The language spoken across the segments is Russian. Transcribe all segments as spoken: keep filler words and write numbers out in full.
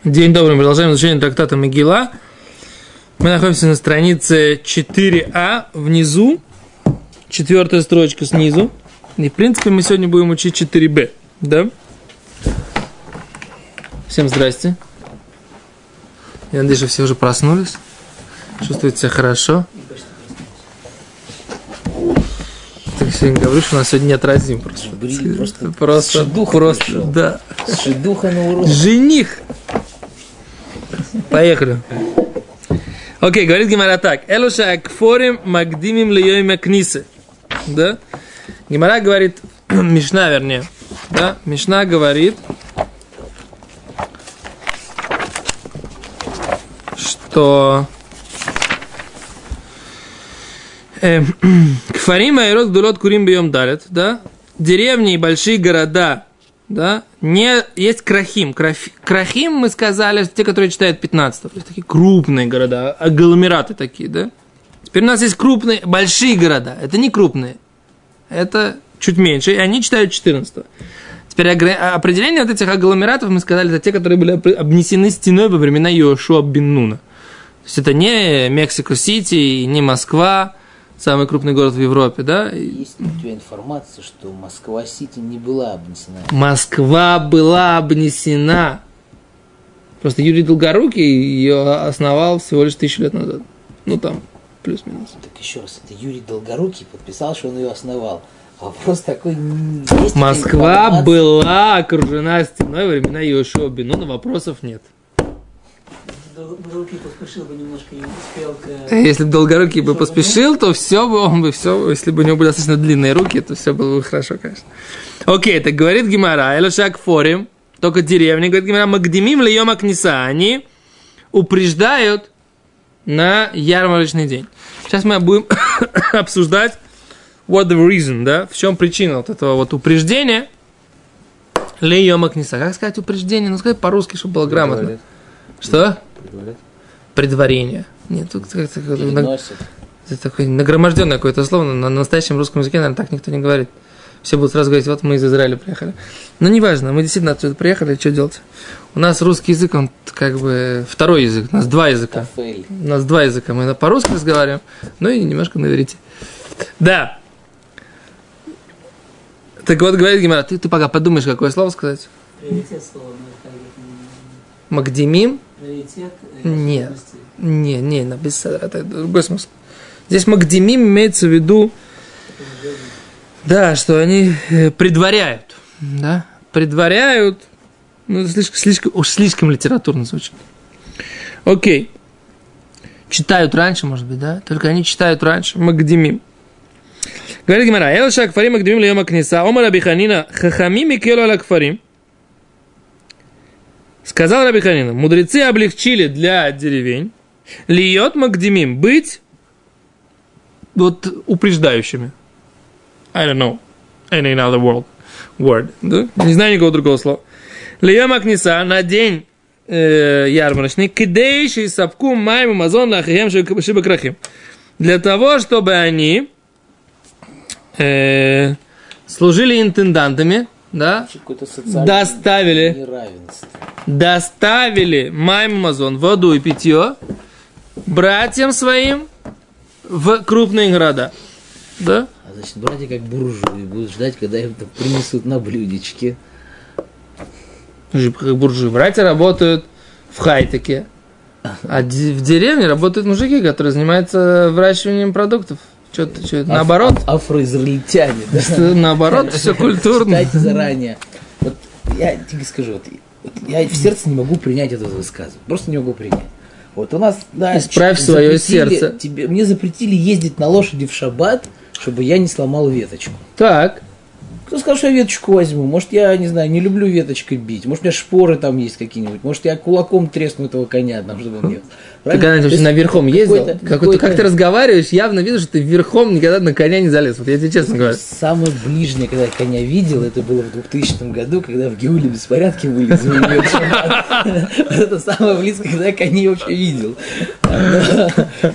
День добрый, продолжаем изучение трактата Мегила. Мы находимся на странице четыре а, внизу, четвертая строчка снизу. И, в принципе, мы сегодня будем учить четыре бэ, да? Всем здрасте. Я надеюсь, что все уже проснулись. Чувствуете себя хорошо. Так сегодня говорю, что у нас сегодня неотразим просто. Брили, просто просто, шедуха просто, пришел. да. Шедуха на урок. Жених. Поехали. Окей, говорит Гемара так. Элоша акфорим магдимим льёйма книсы. Да? Гемара говорит, Мишна, вернее. Да? Мишна говорит, что кфарим айрот гдулот курим бьем далит, да? Деревни и большие города, да? Не, есть крахим. Краф, крахим, мы сказали, те, которые читают пятнадцатого. То есть такие крупные города, агломераты такие, да? Теперь у нас есть крупные, большие города. Это не крупные. Это чуть меньше. И они читают четырнадцатого. Теперь определение вот этих агломератов, мы сказали, это те, которые были обнесены стеной во времена Йошуа бен Нуна. То есть это не Мексико-Сити, не Москва, самый крупный город в Европе, да? Есть у тебя информация, что Москва-Сити не была обнесена? Москва была обнесена. Просто Юрий Долгорукий ее основал всего лишь тысячу лет назад. Ну, там, плюс-минус. Так еще раз, это Юрий Долгорукий подписал, что он ее основал. Вопрос такой... Есть Москва была окружена стеной во времена Йошуа бен Нуна, вопросов нет. Долгорукий поспешил бы немножко, не успел к... Если бы Долгорукий бы поспешил, то все бы, он бы все, если бы у него были достаточно длинные руки, то все было бы хорошо, конечно. Окей, так говорит Гемара, элошак форим, только деревни, говорит Гемара, магдимим льёма книса, они упреждают на ярмарочный день. Сейчас мы будем обсуждать what the reason, да, в чем причина вот этого вот упреждения льёма книса. Как сказать упреждение? Ну, сказать по-русски, чтобы было грамотно. Что? Предварять. Предварение. Нет, тут как-то Переносит. это такое нагроможденное какое-то слово, на настоящем русском языке, наверное, так никто не говорит. Все будут сразу говорить, вот мы из Израиля приехали. Но неважно, мы действительно отсюда приехали, что делать? У нас русский язык, он как бы второй язык, у нас два языка. Тафель. У нас два языка, мы по-русски разговариваем, ну и немножко на иврите. Да. Так вот, говорит Гемара, ты, ты пока подумаешь, какое слово сказать? Приоритет слова. Магдимим? Приоритет. Нет. Не, не, на без это другой смысл. Здесь магдимим имеется в виду, да, что они предваряют, да, предваряют, ну, это слишком, слишком, уж слишком литературно звучит. Окей. Читают раньше, может быть, да, только они читают раньше, магдимим. Говорит Гемара, элша акфарим магдимим льёма книса, омар Раби Ханина, хахамим икелу аля акфарим. Сказал Раби Ханина, мудрецы облегчили для деревень льет магдимим, быть вот упреждающими. I don't know any other word, word, да? Не знаю никакого другого слова. Льет макниса на день э, ярмарочный кидейший сапку майм мазон лахием шибакрахим. Для того, чтобы они э, служили интендантами, да, доставили, неравенство. доставили майм мазон, воду и питье братьям своим в крупные города. Да? А значит, братья как буржуи будут ждать, когда им это принесут на блюдечке. Как буржуи. Братья работают в хай-теке, а в деревне работают мужики, которые занимаются выращиванием продуктов. Что-то, что-то, Аф- наоборот. Афроизраильтяне, да? Наоборот, все культурно. Читайте заранее. Вот я тебе скажу, вот, вот я в сердце не могу принять это высказывание. Просто не могу принять. Вот у нас, да, исправь свое сердце. Тебе, мне запретили ездить на лошади в шаббат, чтобы я не сломал веточку. Так. Кто сказал, что я веточку возьму? Может, я, не знаю, не люблю веточкой бить. Может, у меня шпоры там есть какие-нибудь. Может, я кулаком тресну этого коня, там, чтобы он ехал. Ты когда-нибудь на верхом ездил? Какой-то, как, какой-то... как ты разговариваешь, явно видно, что ты верхом никогда на коня не залез. Вот я тебе честно говорю. Самое ближнее, когда я коня видел, это было в двухтысячном году, когда в Геуле беспорядки были. Это самое близкое, когда я коней вообще видел.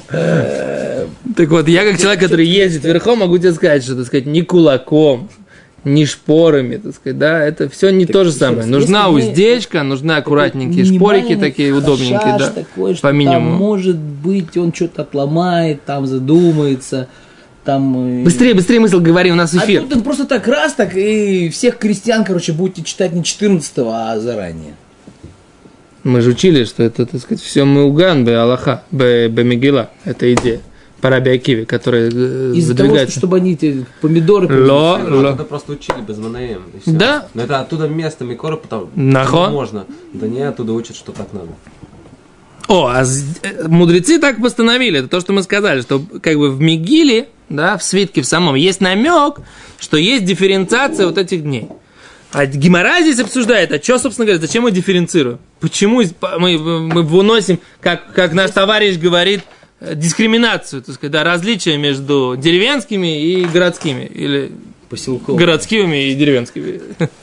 Так вот, я как человек, который ездит верхом, могу тебе сказать, что, так сказать, ни кулаком, ни шпорами, так сказать, да, это все не Так, то же самое. раз, Нужна если мы- уздечка, нужны аккуратненькие Минимальный шпорики такие удобненькие, хашаш да, такой, что по минимуму. Там, может быть, он что-то отломает, там задумается, там... э, Быстрее, быстрее мысль говори, у нас А эфир. тут он просто так раз, так и всех крестьян, короче, будете читать не четырнадцатого, а заранее. Мы же учили, что это, так сказать, все мауган бе Аллаха, бе, бе Мегила, это идея. По Раби Акиве, которая э, Из-за того, что, выдвигается. чтобы они эти помидоры... Ло, Ну, ло. оттуда просто учили без МНМ. и всё. Да. Но это оттуда место Микора, потому Нахо. что можно. Да не, оттуда учат, что так надо. О, а з- э, мудрецы так постановили, это то, что мы сказали, что как бы в Мегиле, да, в свитке в самом, есть намек, что есть дифференциация вот этих дней. А Гемара здесь обсуждает, а что, собственно говоря, зачем мы дифференцируем? Почему мы, мы выносим, как, как наш товарищ говорит, дискриминацию, так сказать, да, различия между деревенскими и городскими, или Поселковые. городскими и деревенскими.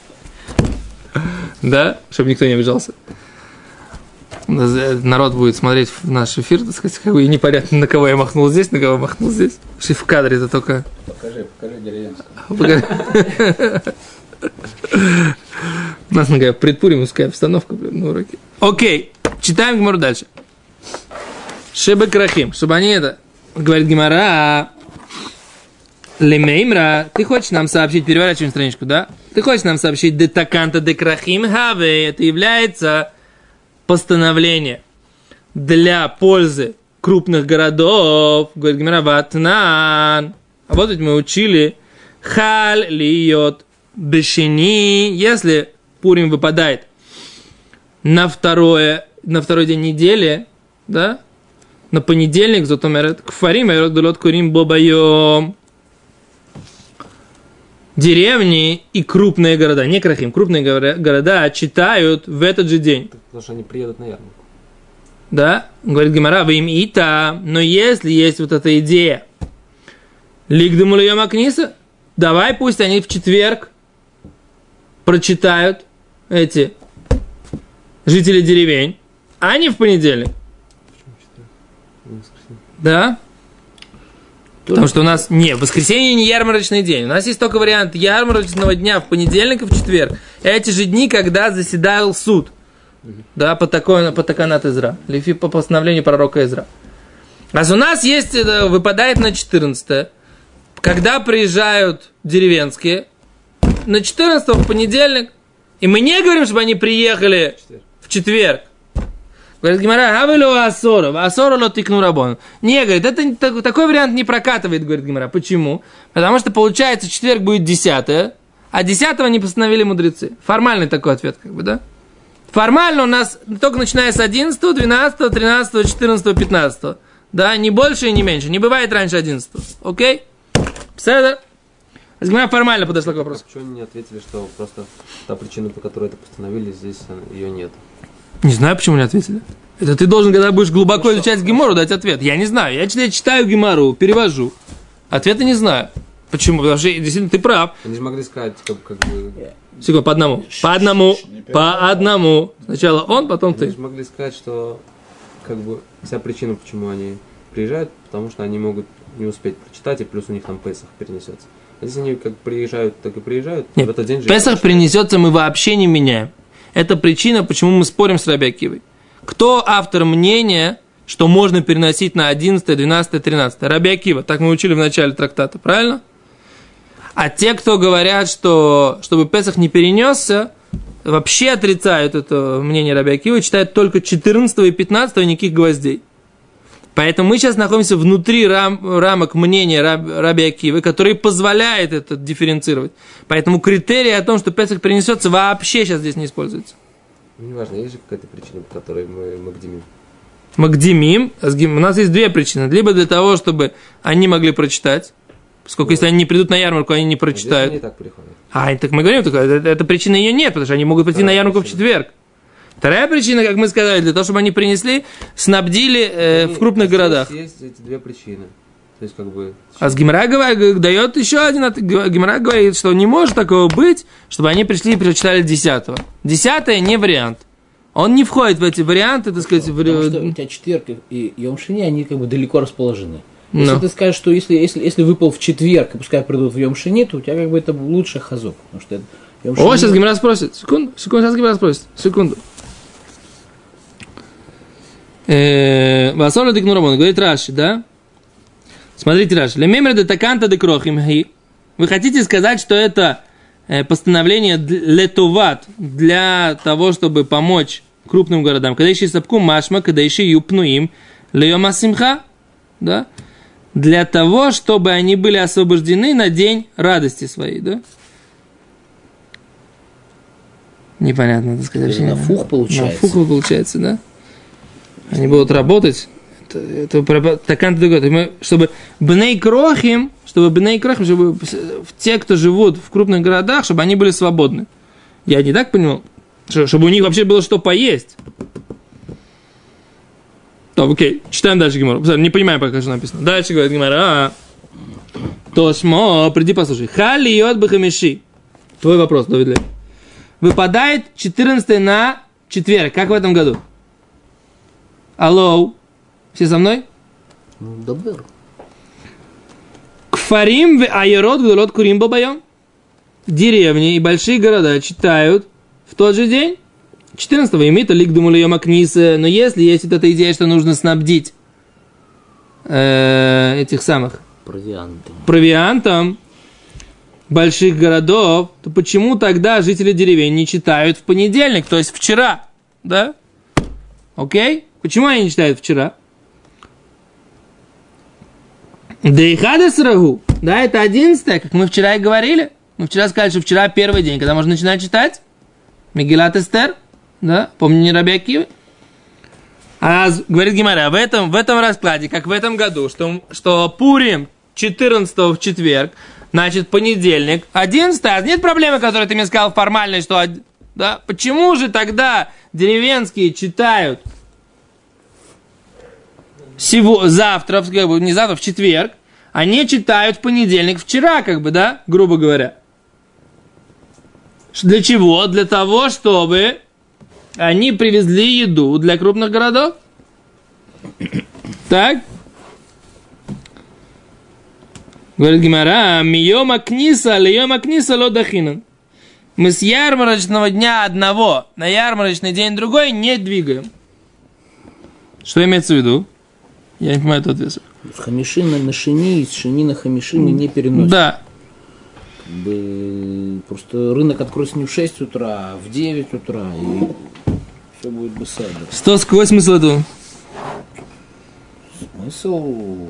Да, чтобы никто не обижался. Народ будет смотреть в наш эфир, так сказать, как бы и непонятно, на кого я махнул здесь, на кого махнул здесь. Потому что в кадре это только... Покажи, покажи деревенскую. У нас такая предпуримовская обстановка блин, на уроке. Окей, читаем Гемару дальше. Шебе крахим, чтобы они это, говорит Гемара, лемеймра, ты хочешь нам сообщить, переворачиваем страничку, да? Ты хочешь нам сообщить, де таканта де крахим хаве, это является постановление для пользы крупных городов, говорит Гемара, ватнан. А вот ведь мы учили, халь льет бешени, если Пурим выпадает на, второе, на второй день недели, да, на понедельник, зотомерет, кфарим, айрот дулот курим бобайом. Деревни и крупные города, не крахим, крупные города читают в этот же день. Потому что они приедут на ярмарку. Да, говорит Гемара, вы им ита, но если есть вот эта идея, лигдаму льем акниса, давай пусть они в четверг прочитают эти жители деревень, а не в понедельник. Да? Потому что у нас не, воскресенье не ярмарочный день. У нас есть только вариант ярмарочного дня в понедельник и в четверг. Эти же дни, когда заседал суд. Да, по, такой, по таканат Изра. Лифи по постановлению пророка Изра. А у нас есть, это выпадает на четырнадцатое. Когда приезжают деревенские, на четырнадцатое в понедельник. И мы не говорим, чтобы они приехали в четверг. Говорит Гемара, авелю асору, асору ло тикну рабон. Не, говорит, это, такой вариант не прокатывает, говорит Гемара. Почему? Потому что, получается, четверг будет десятое, а десятого не постановили мудрецы. Формальный такой ответ, как бы, да? Формально у нас только начиная с одиннадцатого, двенадцатого, тринадцатого, четырнадцатого, пятнадцатого. Да, не больше и не меньше. Не бывает раньше одиннадцатого. Окей? Все, Гемара формально подошла к вопросу. Почему они не ответили, что просто та причина, по которой это постановили, здесь ее нет? Не знаю, почему не ответили. Это ты должен, когда будешь глубоко ну, изучать Гемару, дать ответ. Я не знаю. Я читаю, читаю Гемару, перевожу. Ответа не знаю. Почему? Потому что действительно ты прав. Они же могли сказать, как, как бы... Секунду, по одному. По одному. По одному. Сначала он, потом Они ты. же могли сказать, что как бы вся причина, почему они приезжают, потому что они могут не успеть прочитать, и плюс у них там Песах перенесется. А если они как приезжают, так и приезжают, Нет, в этот день же... Песах перенесется, мы вообще не меняем. Это причина, почему мы спорим с Раби Акивой. Кто автор мнения, что можно переносить на одиннадцатое, двенадцатое, тринадцатое? Раби Акива, так мы учили в начале трактата, правильно? А те, кто говорят, что чтобы Песах не перенесся, вообще отрицают это мнение Раби Акивы, читают только четырнадцатого и пятнадцатого, и никаких гвоздей. Поэтому мы сейчас находимся внутри рам, рамок мнения Раб, Раби Акивы, который позволяет это дифференцировать. Поэтому критерий о том, что Песах перенесется, вообще сейчас здесь не используется. Ну, неважно, есть же какая-то причина, по которой мы магдимим. Магдимим, у нас есть две причины. Либо для того, чтобы они могли прочитать, поскольку если они не придут на ярмарку, они не прочитают. Они и так приходят. А, так мы говорим, только это, это причины ее нет, потому что они могут прийти Вторая на ярмарку причина. в четверг. Вторая причина, как мы сказали, для того, чтобы они принесли, снабдили э, Они- в крупных здесь городах. Есть эти две причины. То есть, как бы... А с Гемара говорит, дает еще один, от- Гемара говорит, что не может такого быть, чтобы они пришли и прочитали десятого. Десятое не вариант. Он не входит в эти варианты, так сказать, в... Потому что у тебя четверг и Йом Шини, они как бы далеко расположены. Если Ну. ты скажешь, что если, если, если выпал в четверг, и пускай придут в Йом Шини, то у тебя как бы это лучше хазок. Потому что это Йом О, Шини- сейчас Гимара спросит. Секунду, секунду, сейчас Гимара спросит. Секунду. Васола декнурамон, говорит Раши, да? Смотрите, Раши. Лемемер де таканта де крохим хи. Вы хотите сказать, что это э, постановление летуват для того, чтобы помочь крупным городам? Когда ищи сапку машма, когда ищи юпнуим, леома симха, да? Для того, чтобы они были освобождены на день радости своей, да? Непонятно, так сказать. Это на фух получается. На фух получается, да? Они будут работать. Это, это такан другой. Чтобы бней крохим, чтобы бней крохим, чтобы те, кто живут в крупных городах, чтобы они были свободны. Я не так понял? Чтобы у них вообще было что поесть. Так, окей, читаем дальше Гемору. Не понимаем, пока что написано. Дальше говорит Гемора. А, Тошмо, приди послушай. Хали йод бахамиши. Твой вопрос, Давид Лев. Выпадает четырнадцатое на четверг. Как в этом году? Алло. Все со мной? Ну, добр. Кфарим в айрод гдолот курим бабайом. Деревни и большие города читают в тот же день. четырнадцатого имеет лик думали йома книса. Но если есть вот эта идея, что нужно снабдить э, этих самых Провиантом. провиантом больших городов, то почему тогда жители деревень не читают в понедельник, то есть вчера, да? Окей? Почему они не читают вчера? Дейхадес рагу, да, это одиннадцатое, как мы вчера и говорили. Мы вчера сказали, что вчера первый день, когда можно начинать читать. Мегилат Эстер, да, помните Раби Акивы? А говорит Гемара, в этом, в этом раскладе, как в этом году, что, что Пурим четырнадцатого в четверг, значит, понедельник, одиннадцатое, а нет проблемы, которую ты мне сказал формальной, что, да, почему же тогда деревенские читают Сего, завтра, как бы, не завтра, в четверг, они читают в понедельник вчера, как бы, да, грубо говоря. Для чего? Для того, чтобы они привезли еду для крупных городов. Так? Говорит Гемара, миома книса, лиома книса лодахинан. Мы с ярмарочного дня одного на ярмарочный день другой не двигаем. Что имеется в виду? Я не понимаю этот ответ. С хамишина на шини, из шини на хамиши мы не переносим. Да. Как бы, просто рынок откроется не в шесть утра, а в девять утра, и все будет беседа. Что сквозь смысл этого? Смысл...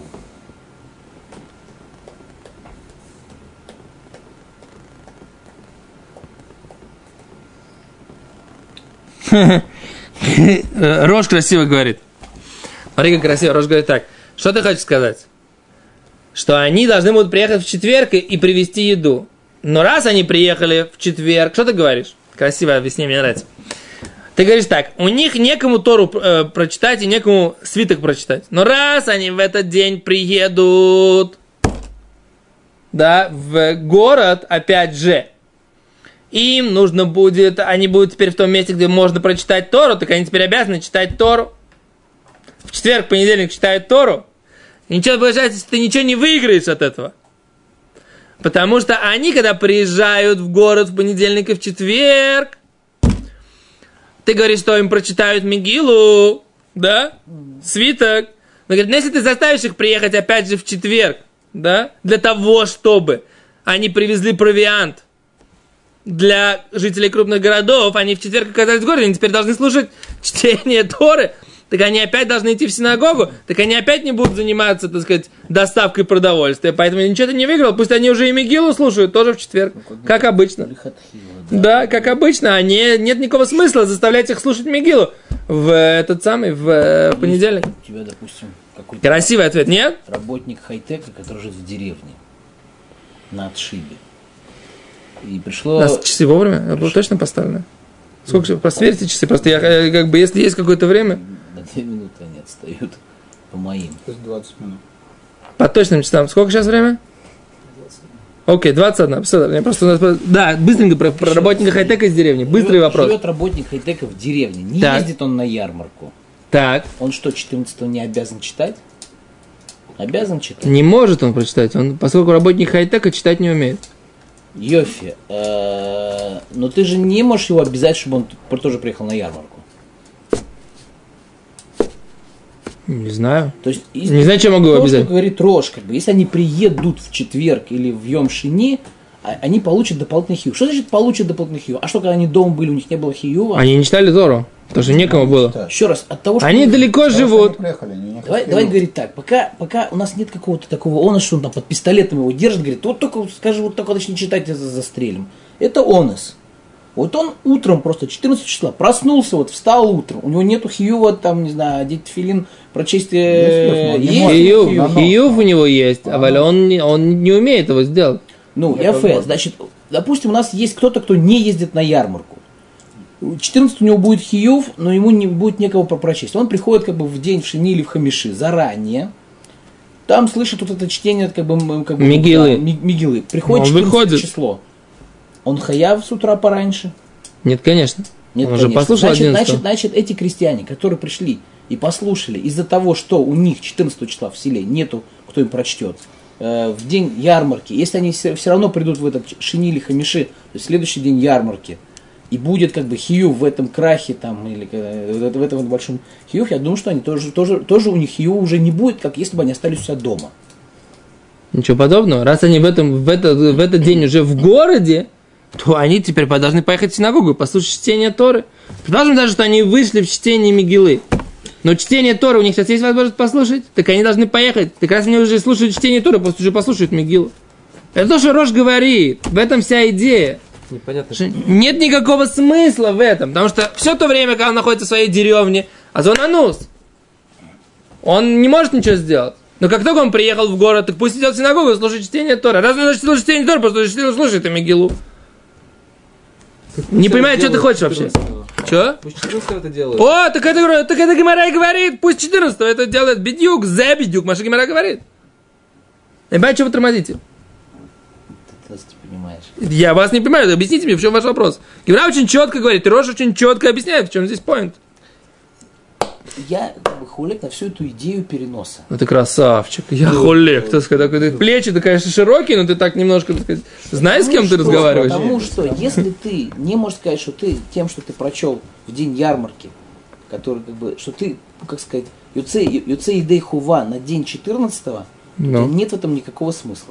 Рош красиво говорит. Смотри, как красиво. Рош говорит так. Что ты хочешь сказать? Что они должны будут приехать в четверг и привезти еду. Но раз они приехали в четверг, что ты говоришь? Красиво объяснение, мне нравится. Ты говоришь так, у них некому Тору э, прочитать и некому свиток прочитать. Но раз они в этот день приедут, да, в город, опять же, им нужно будет, они будут теперь в том месте, где можно прочитать Тору, так они теперь обязаны читать Тору. В четверг, понедельник читают Тору. И ничего, получается, ты ничего не выиграешь от этого. Потому что они, когда приезжают в город в понедельник и в четверг, ты говоришь, что им прочитают Мегилу, да, свиток. Но говорит, ну, если ты заставишь их приехать опять же в четверг, да, для того, чтобы они привезли провиант для жителей крупных городов, они в четверг оказались в городе, они теперь должны слушать чтение Торы, так они опять должны идти в синагогу, так они опять не будут заниматься, так сказать, доставкой продовольствия. Поэтому ничего ты не выиграл, пусть они уже и Мегилу слушают, тоже в четверг, ну, как, как обычно. Да. да, как обычно, а не, нет никакого смысла заставлять их слушать Мегилу в этот самый, в, в понедельник. У тебя, допустим, какой-то... Красивый ответ, нет? Работник хай-тека, который живет в деревне, на отшибе. И пришло... Да, часы вовремя, это было точно поставлено. Сколько, просверьте часы, просто я, как бы, если есть какое-то время... На две минуты они отстают, по моим. То есть двадцать минут. По точным часам. Сколько сейчас время? Окей, двадцать один. Я просто... Да, быстренько про, про работника хай-тека из деревни. Быстрый живет, вопрос. Живет работник хай-тека в деревне. Не так. ездит он на ярмарку. Так. Он что, четырнадцатого не обязан читать? Обязан читать. Не может он прочитать, он, поскольку работник хай-тека, читать не умеет. Йофи, э, но ты же не можешь его обязать, чтобы он тоже приехал на ярмарку. Не знаю. То есть, Не знаю, чем могу то, обязать. что говорит Рош, как бы, если они приедут в четверг или в Йом Шини, а- они получат дополнительный хию. Что значит получат дополнительный хию? А что, когда они дома были, у них не было хиюва? Они не читали Тору, потому что некому было. Еще раз, от того, что... Они далеко живут. Давай, давай говорить так, пока, пока у нас нет какого-то такого, онос, что он там под пистолетом его держит, говорит, вот только, скажи, вот только начни читать, это застрелим. Это онос. Вот он утром просто, четырнадцатого числа, проснулся, вот встал утром, у него нету хиюва, там, не знаю, одеть филин, прочесть... э, Есть, есть Хиюв, хиюв? хиюв у него есть, а Валя он, не- он не умеет его сделать. Ну, Это яфе, можно. значит, допустим, у нас есть кто-то, кто не ездит на ярмарку. четырнадцатого у него будет хиюв, но ему не будет некого про- прочесть. Он приходит как бы в день в Шини или в Хамиши заранее. Там слышит вот это чтение как бы, м, как бы Мигилы. да, ми- Мигилы. Приходит Он четырнадцатое выходит. число. Он хаяв с утра пораньше? Нет, конечно. Нет, Он уже конечно. послушал значит, одиннадцатого. значит, значит, эти крестьяне, которые пришли и послушали, из-за того, что у них четырнадцатого числа в селе нету, кто им прочтет, э, в день ярмарки, если они все, все равно придут в этот Шини или Хамиши, то есть следующий день ярмарки, и будет как бы хию в этом крахе там, или э, в этом, в этом большом хию, я думаю, что они тоже, тоже, тоже у них хию уже не будет, как если бы они остались у себя дома. Ничего подобного. Раз они в, этом, в, это, в этот день уже в городе, то они теперь должны поехать в синагогу и послушать чтение Торы. Предположим даже, что они вышли в чтение Мигилы. Но чтение Торы у них сейчас есть возможность послушать, так они должны поехать. Так раз они уже слушают чтение Торы, пусть уже послушают Мигилу. Это то, что Рош говорит. В этом вся идея. Непонятно. Что нет никакого смысла в этом, потому что все то время, когда он находится в своей деревне, Азонанус, он не может ничего сделать. Но как только он приехал в город, так пусть идет в синагогу и слушает чтение Тора. Раз он начал слушать чтение Тора, просто слушает и Мигилу. Не понимаю, что ты хочешь вообще. Что? Пусть четырнадцатого это делают. О, так это, так это Гемара и говорит, пусть четырнадцатого это делает бедюк, за бедюк, Маша Гемара говорит. Я понимаю, что вы тормозите. Ты нас не понимаешь. Я вас не понимаю, объясните мне, в чем ваш вопрос. Гемара очень четко говорит, и Рош очень четко объясняет, в чем здесь поинт. Я как бы хулек на всю эту идею переноса. Ну ты красавчик, я холек, так сказать, такой, ты плечи, ты, конечно, широкие, но ты так немножко, так сказать, знаешь, с кем ты что, разговариваешь? Потому что, если ты не можешь сказать, что ты тем, что ты прочел в день ярмарки, который как бы, что ты, ну, как сказать, Юцей Юцей Идей Хува на день четырнадцатого, Ну. нет в этом никакого смысла.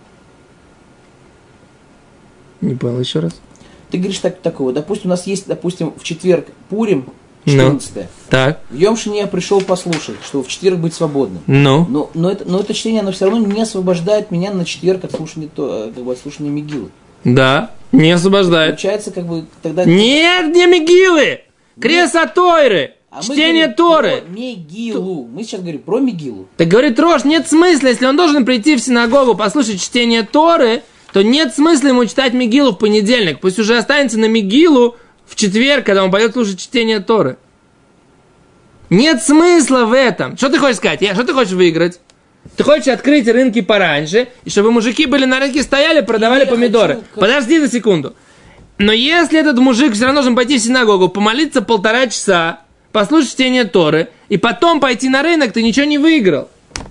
Не понял еще раз. Ты говоришь так, такого, допустим, у нас есть, допустим, в четверг Пурим, Ну. четырнадцатое. Так, В Йом Шини я пришел послушать, что в четверг быть свободным. ну, Но, но, это, но это чтение, оно все равно не освобождает меня на четверг от слушания, то, как бы, от слушания Мегилы. да, не освобождает. Получается, как бы, тогда... Нет, не Мигилы, Креса Тойры, А мы чтение говорим Торы. про Мегилу. Мы сейчас говорим про Мегилу. Так говорит Рош, нет смысла, если он должен прийти в синагогу послушать чтение Торы, то нет смысла ему читать Мегилу в понедельник. Пусть уже останется на Мегилу в четверг, когда он пойдет слушать чтение Торы. Нет смысла в этом. Что ты хочешь сказать? Я, что ты хочешь выиграть? Ты хочешь открыть рынки пораньше, и чтобы мужики были на рынке, стояли, продавали Я помидоры. хочу, как- Подожди за секунду. Но если этот мужик все равно должен пойти в синагогу, помолиться полтора часа, послушать чтение Торы, и потом пойти на рынок, ты ничего не выиграл.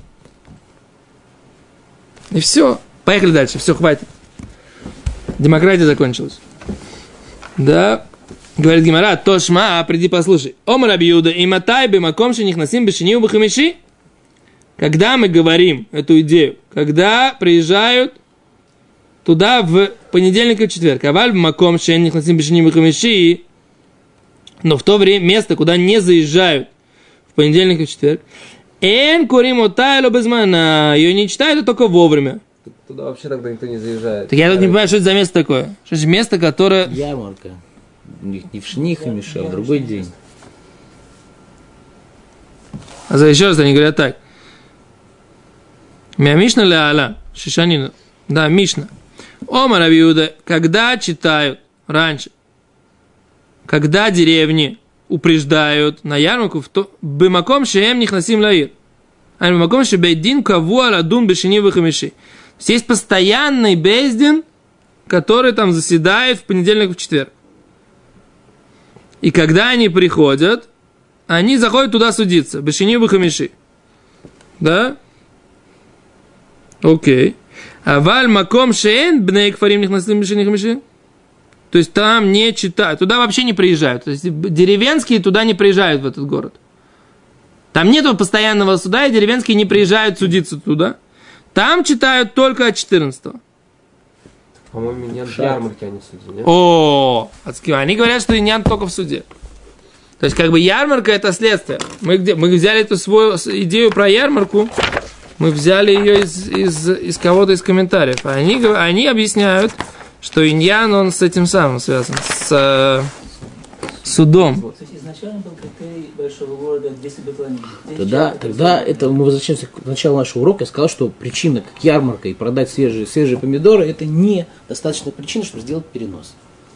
И все. Поехали дальше. Все, хватит. Демократия закончилась. Да. Говорит Гемара, то шма, приди послушай. Омар Абиуда, и матай бы маком шиних насим бешини убахамиши. Когда мы говорим эту идею, когда приезжают туда в понедельник и в четверг, аваль маком шиних насим бешини убахамиши, но в то время место, куда не заезжают в понедельник и в четверг, эн курим отайло безмана, ее не читают, а только вовремя. Туда вообще тогда никто не заезжает. Так я тут не понимаю, что это за место такое. Что это место, которое... Ярмарка. У них не в Шних, а в другой день. А за еще раз они говорят так. Мя Мишна ля Аля, Шишанина. Да, Мишна. Омар Абиуда, когда читают раньше, когда деревни упреждают на ярмарку, в то бымаком шеем них насим лаир. А бымаком ше бейдин каву аладун бешини вахамиши. Есть постоянный бейдин, который там заседает в понедельник и в четверг. И когда они приходят, они заходят туда судиться. Бешини вахамиши. Да? Окей. А валь маком шеен бней кфарим нихнасим бешени хамиши? То есть там не читают, туда вообще не приезжают. То есть деревенские туда не приезжают, в этот город. Там нету постоянного суда, и деревенские не приезжают судиться туда. Там читают только от четырнадцатого. По-моему, нет ярмарки, они судят, нет? О, они говорят, что иньян только в суде. То есть, как бы ярмарка это следствие. Мы, где, мы взяли эту свою идею про ярмарку, мы взяли ее из, из, из кого-то из комментариев. Они, они объясняют, что иньян, он с этим самым связан, с э, судом. То есть изначально был критерий большого города двести бакланин. Тогда, тогда это мы возвращаемся к началу нашего урока. Я сказал, что причина, как ярмарка и продать свежие, свежие помидоры, это не достаточная причина, чтобы сделать перенос.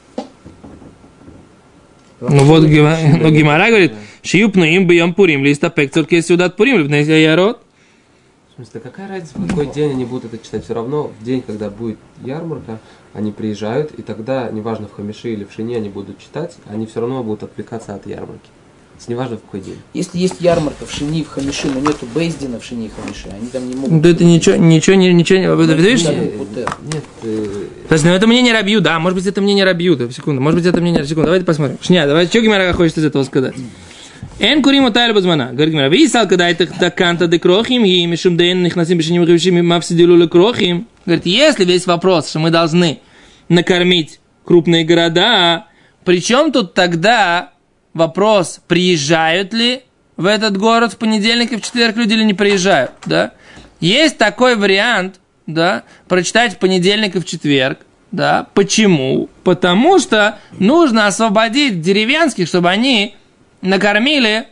Ну вот ну, Гемара говорит, шиюпну им бьем пурим, листа пекцурки сюда от пурим, либо ярод. В смысле, какая разница, в какой день они будут это читать? Все равно в день, когда будет ярмарка, они приезжают, и тогда, неважно, в Хамиши или в Шине они будут читать, они все равно будут отвлекаться от ярмарки. То есть неважно, в какой день. Если есть ярмарка в Шини, в Хамиши, но нету бейздина в Шини и Хамиши, они там не могут... Ну, это ничего, ничего, ничего, не... Нет, видишь? Нет, нет э... Подожди, ну это мнение Рабью, да, может быть, это мнение Рабью, да, секунду, может быть, это мнение, секунду, давайте посмотрим. Шня, давай, что Гемара хочет из этого сказать? Эн курим утайли базмана. Говорит Гемара, висал, когда это таканта де крохим, и мишум дэн их насим бешеним хавшим мавсидилу крохим. Говорит, если весь вопрос, что мы должны накормить крупные города, причем тут тогда вопрос, приезжают ли в этот город в понедельник и в четверг люди или не приезжают, да? Есть такой вариант, да, прочитать в понедельник и в четверг, да? Почему? Потому что нужно освободить деревенских, чтобы они накормили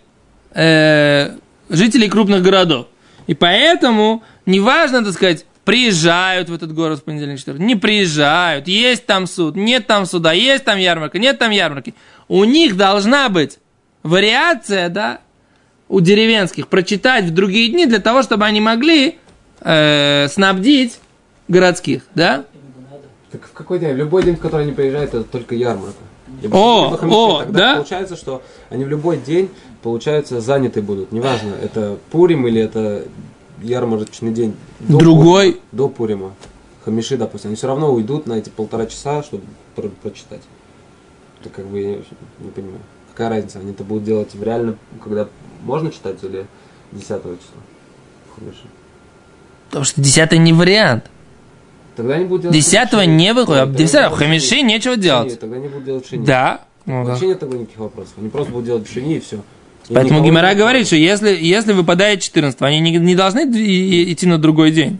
э, жителей крупных городов. И поэтому неважно, так сказать, приезжают в этот город в понедельник, четверг, не приезжают, есть там суд, нет там суда, есть там ярмарка, нет там ярмарки. У них должна быть вариация, да, у деревенских, прочитать в другие дни для того, чтобы они могли э, снабдить городских, да? Так в какой день? В любой день, в который они приезжают, это только ярмарка. Либо, о, либо хамиши, о, тогда да? Получается, что они в любой день, получается, заняты будут. Неважно, это Пурим или это ярмарочный день. До Другой. Пурима, до Пурима. Хамиши, допустим, они все равно уйдут на эти полтора часа, чтобы про- прочитать. Это как бы, я не понимаю. Какая разница? Они это будут делать в реально, когда можно читать, или десятого числа? Хамиши. Потому что десятый не вариант. Тогда они будут делать Десятого хамиши. не выходит. Нет, десятого в хамиши нечего делать. Нет, тогда они будут делать шини. Да. Ну, Вообще да. нет тогда никаких вопросов. Они просто будут делать шини и все. Поэтому Гемара говорит, что если, если выпадает четырнадцатого, они не, не должны и- и- идти на другой день.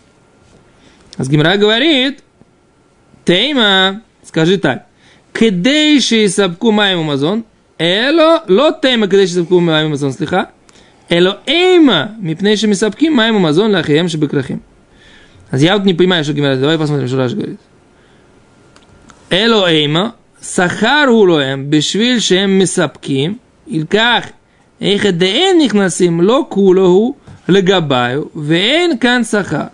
А Гемара говорит, Тейма, скажи так, Кедейши сабку маему мазон, эло, ло тейма кедейши сабку маему мазон, слиха, эло эйма, мипнейши мисабки маему мазон лахием шебекрахим. А я вот не понимаю, что Гемара, давай посмотрим, что Раши говорит. Эло эйма, сахар улоем, бешвиль шем мисабким, илках, איך דאין נכנסים לא כולו הוא לגביו ואין כאן שכר.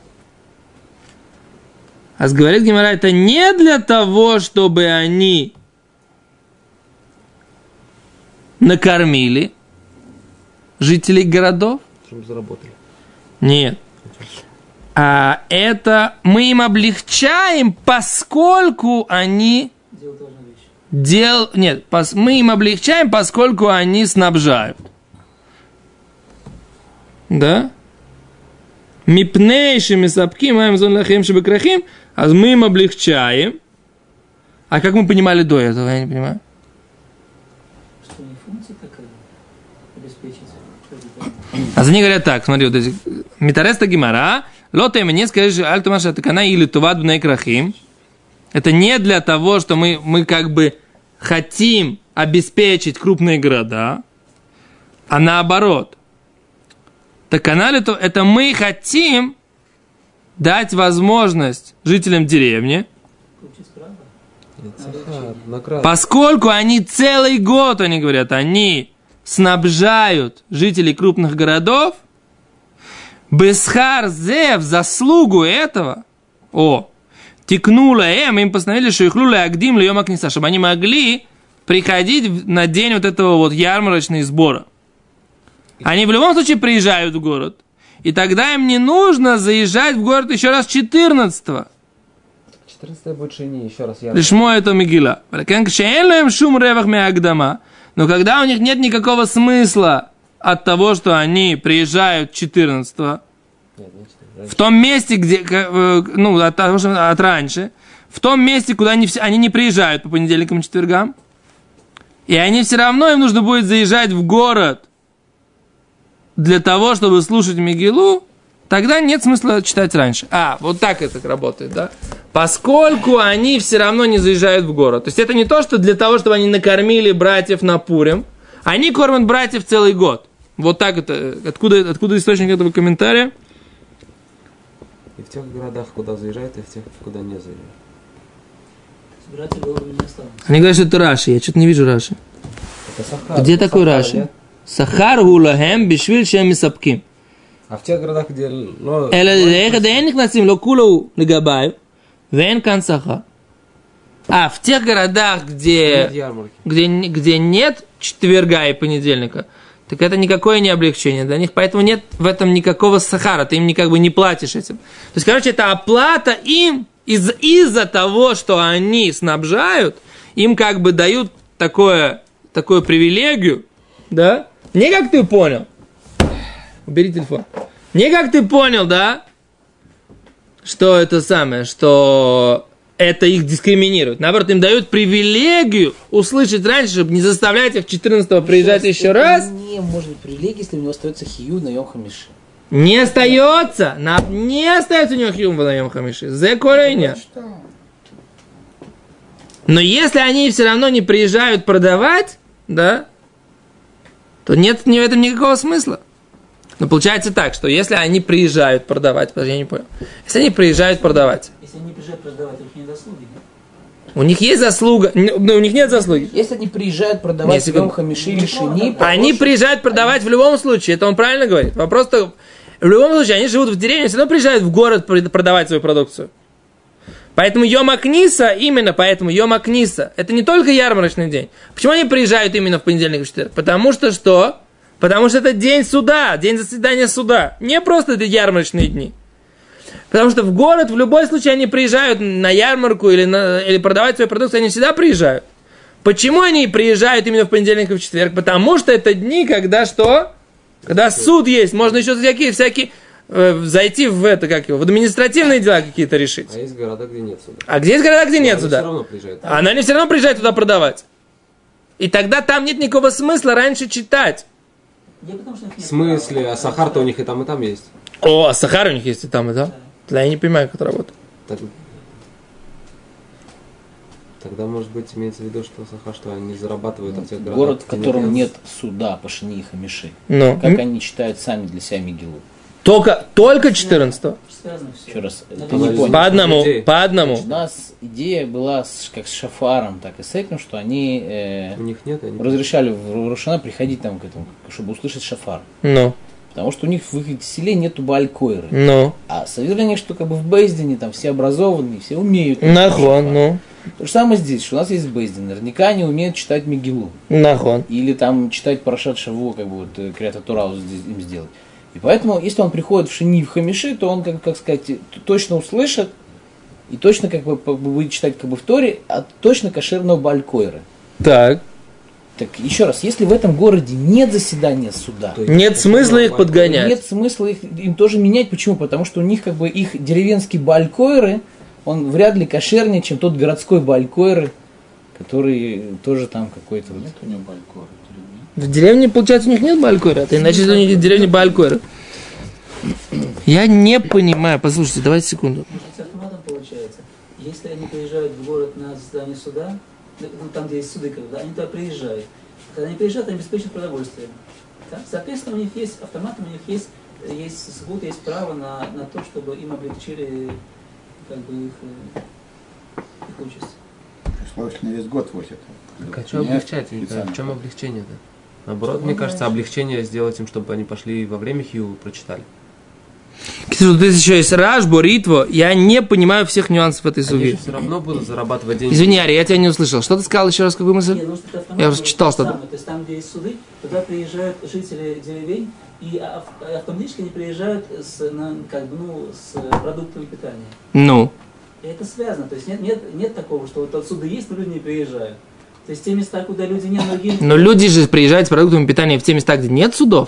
אז говорит Гемара, это не для того, чтобы они накормили жителей городов. Чтобы заработали. Нет. А это мы им облегчаем, поскольку они Делать должна вещь. дел... Нет, пос... мы им облегчаем, поскольку они снабжают. Да? Мипнейшими сапки, маем зон лахем шебекрахим, а мы им облегчаем. А как мы понимали до этого, я не понимаю. Что не функция такая обеспечить. А за ней говорят так, смотри, вот эти Митареста Гемара, лота мне скажешь, альтумаша такана или туват бней крахим. Это не для того, что мы, мы как бы хотим обеспечить крупные города, а наоборот. Так канале то это мы хотим дать возможность жителям деревни, поскольку они целый год, они говорят, они снабжают жителей крупных городов, бесхар зе, в заслугу этого, о, тикнула эм, им постановили, что их луля агдим льем акниса, чтобы они могли приходить на день вот этого вот ярмарочного сбора. Они в любом случае приезжают в город. И тогда им не нужно заезжать в город еще раз четырнадцатого. четырнадцатое будет шини, еще раз я. Лишмо это Мегила. Шум ревах меагдама. Но когда у них нет никакого смысла от того, что они приезжают четырнадцатого, в том месте, где, ну, от того, что от раньше, в том месте, куда они, они не приезжают по понедельникам и четвергам, и они все равно, им нужно будет заезжать в город для того, чтобы слушать Мегилу, тогда нет смысла читать раньше. А, вот так это работает, да? Поскольку они все равно не заезжают в город. То есть это не то, что для того, чтобы они накормили братьев на Пурим, они кормят братьев целый год. Вот так это. Откуда, откуда источник этого комментария? И в тех городах, куда заезжают, и в тех, куда не заезжают. Братья голодными не останутся. Они говорят, что это Раши. Я что-то не вижу Раши. Сахар, Где такой Сахар, Раши? нет? Сахар гулахем бишвиль шем сапким. А в тех городах, где... Ну, Вен кан сахар. А в тех городах, где, нет ярмарки. где, где нет четверга и понедельника, так это никакое не облегчение для них, поэтому нет в этом никакого сахара, ты им никак бы не платишь этим. То есть, короче, это оплата им из, из-за того, что они снабжают, им как бы дают такое, такую привилегию, да? Не как ты понял. Убери телефон. Не как ты понял, да? Что это самое, что это их дискриминирует. Наоборот, им дают привилегию услышать раньше, чтобы не заставлять их четырнадцатого приезжать еще это раз. Не может быть привилегия, если у него остается хию на Йом Хамиши. Не остается. На, не остается у него хию на Йом Хамиши. Зе корейня. Но если они все равно не приезжают продавать, да, то нет в этом никакого смысла. Но получается так, что если они приезжают продавать, подожди, я не понял. Если они приезжают продавать. Если они приезжают продавать, у них нет заслуги, нет? У них есть заслуга, но у них нет заслуги. Если они приезжают продавать Нет, в Йом Хамиши или Шини, Они приезжают продавать в любом случае, это он правильно говорит. Вопрос только, в любом случае, они живут в деревне, все равно приезжают в город продавать свою продукцию. Поэтому Йом Акниса, именно поэтому Йом Акниса, это не только ярмарочный день. Почему они приезжают именно в понедельник и четверг? Потому что что? Потому что это день суда, день заседания суда. Не просто это ярмарочные дни. Потому что в город в любой случае они приезжают на ярмарку или, на, или продавать свою продукцию, они всегда приезжают. Почему они приезжают именно в понедельник и в четверг? Потому что это дни, когда что? Когда суд есть. Можно еще всякие, всякие э, зайти в это, как его, в административные дела какие-то решить. А есть города, где нет суда. А где есть города, где нет они суда? Все равно приезжают. А они все равно приезжают туда продавать. И тогда там нет никакого смысла раньше читать. Я потому, что у них нет В смысле? права. А сахар-то у них и там, и там есть. О, а сахар у них есть и там, и там. Да, я не понимаю, как это работает. Так- Тогда, может быть, имеется в виду, что сахар, что они зарабатывают от тех городов. город, в где котором нет суда по Шини и Хамиши. Ну, Как они читают сами для себя Мегилу. только, только четырнадцатого. Связано все. Еще раз, Ну, ты не по понял. По одному, Людей. по одному. У нас идея была с- как с Шафаром, так и с этим, что они э, У них нет, они... разрешали в Рошана приходить там к этому, чтобы услышать Шафар. Ну, Потому что у них в их селе нету Баалькойры. ну, А совершенно, что как бы в Бейздине там все образованные, все умеют. нахон, ну, То же самое здесь, что у нас есть Бейздин. Наверняка они умеют читать Мегилу. нахон. Или там читать Парашат Шавуа, как бы вот э, Криата Тора им сделать. И поэтому, если он приходит в Шини, в Хамиши, то он, как, как сказать, т- точно услышит и точно как бы по- будет читать как бы в Торе, а точно кошерного Баалькойра. Так, Так еще раз, если в этом городе нет заседания суда, То есть нет это смысла их нормально. подгонять. нет смысла их, им тоже менять. Почему? Потому что у них как бы их деревенский Баалькойры, он вряд ли кошернее, чем тот городской Баалькойры, который тоже там какой-то... вот- у него балькор. В деревне, получается, у них нет Баалькойра, а иначе у них есть в деревне Баалькойра. Я не понимаю, послушайте, давайте секунду. Может, с автоматом получается. Если они приезжают в город на заседание суда, ну, там, где есть суды, когда они туда приезжают. Когда они приезжают, они обеспечивают продовольствие. Так? Соответственно, у них есть автоматом, у них есть, есть сбут, есть право на, на то, чтобы им облегчили как бы их, э, их участь. Условно весь год возят. Так а что облегчать? В чем облегчение-то? Наоборот, мне кажется, облегчение сделать им, чтобы они пошли во время Хью прочитали. Тут еще есть Раш, Боритво. Я не понимаю всех нюансов этой Они суги. же все равно будут зарабатывать деньги. Извини, Ари, я тебя не услышал. Что ты сказал еще раз, какую мысль? Не, ну, что автомат, Я уже читал что-то. самое. То есть там, где есть суды, туда приезжают жители деревень, и ав- автоматически они приезжают с, на, как бы, ну, с продуктами питания. Ну. И это связано. То есть нет, нет, нет такого, что вот суды есть, но люди не приезжают. То есть те места, куда люди не многие... Но люди же приезжают с продуктами питания в те места, где нет судов.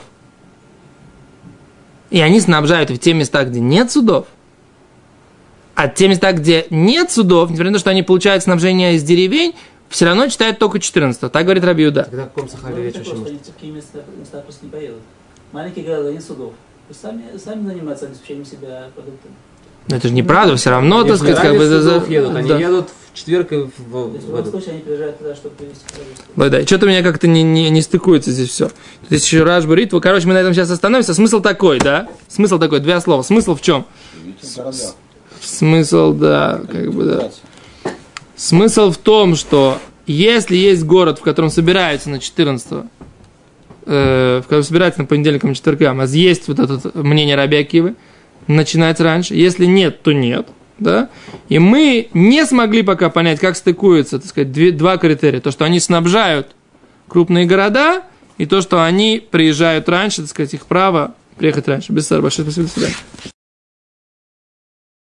И они снабжают в те места, где нет судов. А те места, где нет судов, несмотря на то, что они получают снабжение из деревень, все равно читают только четырнадцатого. Так говорит Раби Юда. Тогда о каком Сахаре Ну, речь это вообще просто, может? они в такие места, места просто не поедут. Маленькие города, нет судов. Пусть сами, сами занимаются обеспечением себя продуктами. Но это же неправда, все равно, Они так же не сказать, как ради бы... судов едут, они да. едут в четверг и в, в, То есть в в любом этот. случае они приезжают туда, чтобы привести продукты. Да, да. Что-то у меня как-то не, не, не стыкуется здесь все. Тут есть еще Раш, Боритва. Короче, мы на этом сейчас остановимся. Смысл такой, да? Смысл такой, две слова. Смысл в чем? Видите, в городах. Смысл, да, как бы, да. Смысл в том, что если есть город, в котором собираются на четырнадцатого, э, в котором собираются на понедельникам и четвергам, а есть вот это мнение Раби Акивы, начинать раньше. Если нет, то нет. Да? И мы не смогли пока понять, как стыкуются, так сказать, две, два критерия. То, что они снабжают крупные города, и то, что они приезжают раньше, так сказать, их право приехать раньше. Без большое спасибо, до свидания.